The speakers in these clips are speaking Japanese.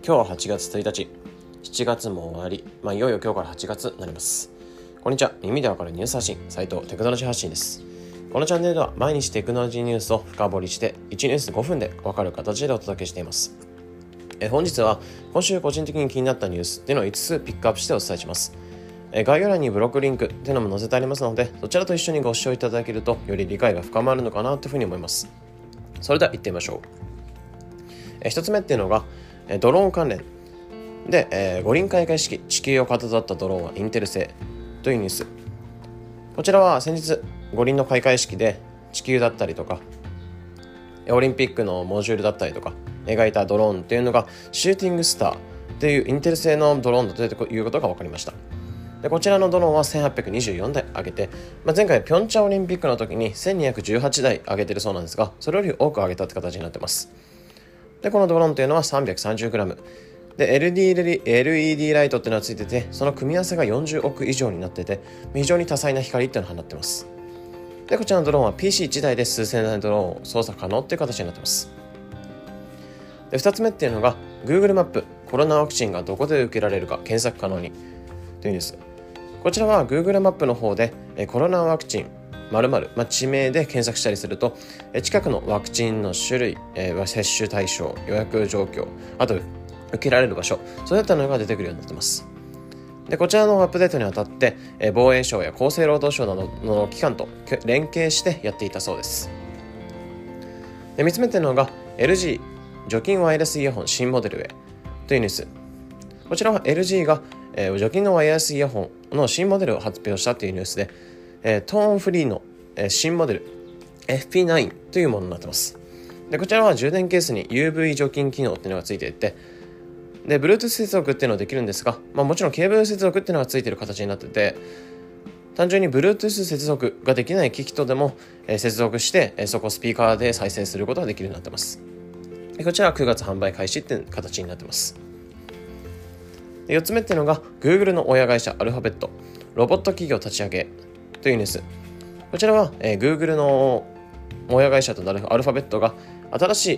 今日は8月1日、7月も終わり、いよいよ今日から8月になります。こんにちは、耳でわかるニュース発信、斉藤テクノロジー発信です。このチャンネルでは毎日テクノロジーニュースを深掘りして1ニュース5分でわかる形でお届けしています。本日は今週個人的に気になったニュースっていうのを5つピックアップしてお伝えします。概要欄にブロックリンクっていうのも載せてありますので、そちらと一緒にご視聴いただけるとより理解が深まるのかなというふうに思います。それでは行ってみましょう。1つ目っていうのがドローン関連で、五輪開会式地球をかたどったドローンはインテル製というニュース。こちらは先日五輪の開会式で地球だったりとかオリンピックのモジュールだったりとか描いたドローンというのがシューティングスターというインテル製のドローンだということが分かりました。でこちらのドローンは1824台上げて、前回ピョンチャンオリンピックの時に1218台上げてるそうなんですが、それより多く上げたって形になってます。でこのドローンというのは 330g で LED ライトっていうのがついてて、その組み合わせが40億以上になってて非常に多彩な光っていうのを放ってます。でこちらのドローンは PC1 台で数千台のドローンを操作可能っていう形になってます。で2つ目っていうのが Google マップコロナワクチンがどこで受けられるか検索可能にというニュース。こちらは Google マップの方でコロナワクチン〇〇、地名で検索したりすると近くのワクチンの種類、接種対象、予約状況、あと受けられる場所、そういったのが出てくるようになってます。でこちらのアップデートにあたって防衛省や厚生労働省などの機関と連携してやっていたそうです。で3つ目というのが LG 除菌ワイヤレスイヤホン新モデルへというニュース。こちらは LG が除菌のワイヤレスイヤホンの新モデルを発表したというニュースで、トーンフリーの新モデル FP9 というものになってます。でこちらは充電ケースに UV 除菌機能っていうのがついていて、で Bluetooth 接続っていうのができるんですが、もちろんケーブル接続っていうのがついている形になってて、単純に Bluetooth 接続ができない機器とでも接続してそこをスピーカーで再生することができるようになってます。でこちらは9月販売開始っていう形になってます。で4つ目っていうのが Google の親会社アルファベットロボット企業立ち上げというニュース。こちらは、Google の親会社となるアルファベットが新しい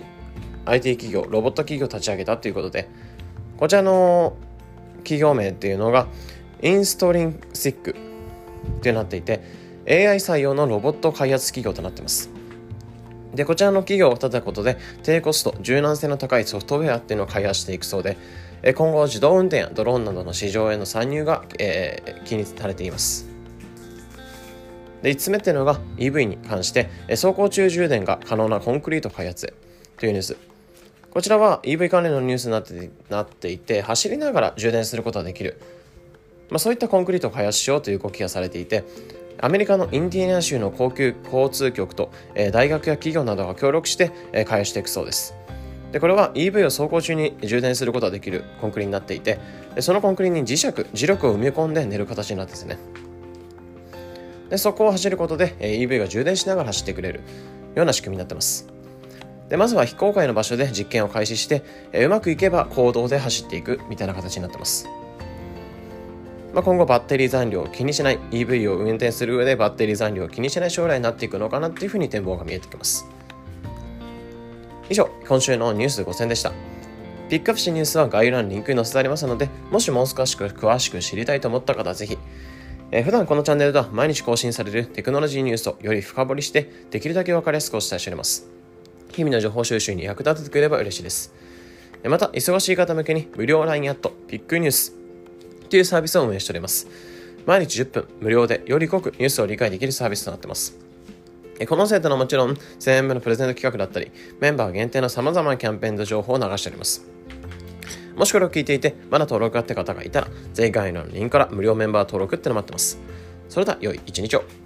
IT 企業ロボット企業を立ち上げたということで、こちらの企業名っていうのがインストリンシックとなっていて AI 採用のロボット開発企業となっています。でこちらの企業を立てたことで低コスト柔軟性の高いソフトウェアっていうのを開発していくそうで、今後自動運転やドローンなどの市場への参入が、気にされています。で5つ目っていうのが EV に関して走行中充電が可能なコンクリート開発へというニュース。こちらは EV 関連のニュースになっていて、走りながら充電することができる、そういったコンクリートを開発しようという動きがされていて、アメリカのインディアナ州の交通局と大学や企業などが協力して開発していくそうです。でこれは EV を走行中に充電することができるコンクリになっていて、そのコンクリに磁力を埋め込んで寝る形になってですね。でそこを走ることで EV が充電しながら走ってくれるような仕組みになってます。でまずは非公開の場所で実験を開始してうまくいけば公道で走っていくみたいな形になってます。今後バッテリー残量を気にしない EV を運転する上でバッテリー残量を気にしない将来になっていくのかなっていうふうに展望が見えてきます。以上、今週のニュース5選でした。ピックアップしたニュースは概要欄にリンクに載せてありますので、もしもう少し詳しく知りたいと思った方はぜひ。普段このチャンネルでは毎日更新されるテクノロジーニュースをより深掘りしてできるだけ分かりやすくお伝えしております。日々の情報収集に役立ててくれれば嬉しいです。また忙しい方向けに無料 LINE アットピックニュースというサービスを運営しております。毎日10分無料でより濃くニュースを理解できるサービスとなっています。この生徒のもちろん1000円分のプレゼント企画だったりメンバー限定の様々なキャンペーンの情報を流しております。もしこれを聞いていてまだ登録があって方がいたらぜひ概要欄のリンクから無料メンバー登録ってのを待ってます。それでは良い一日を。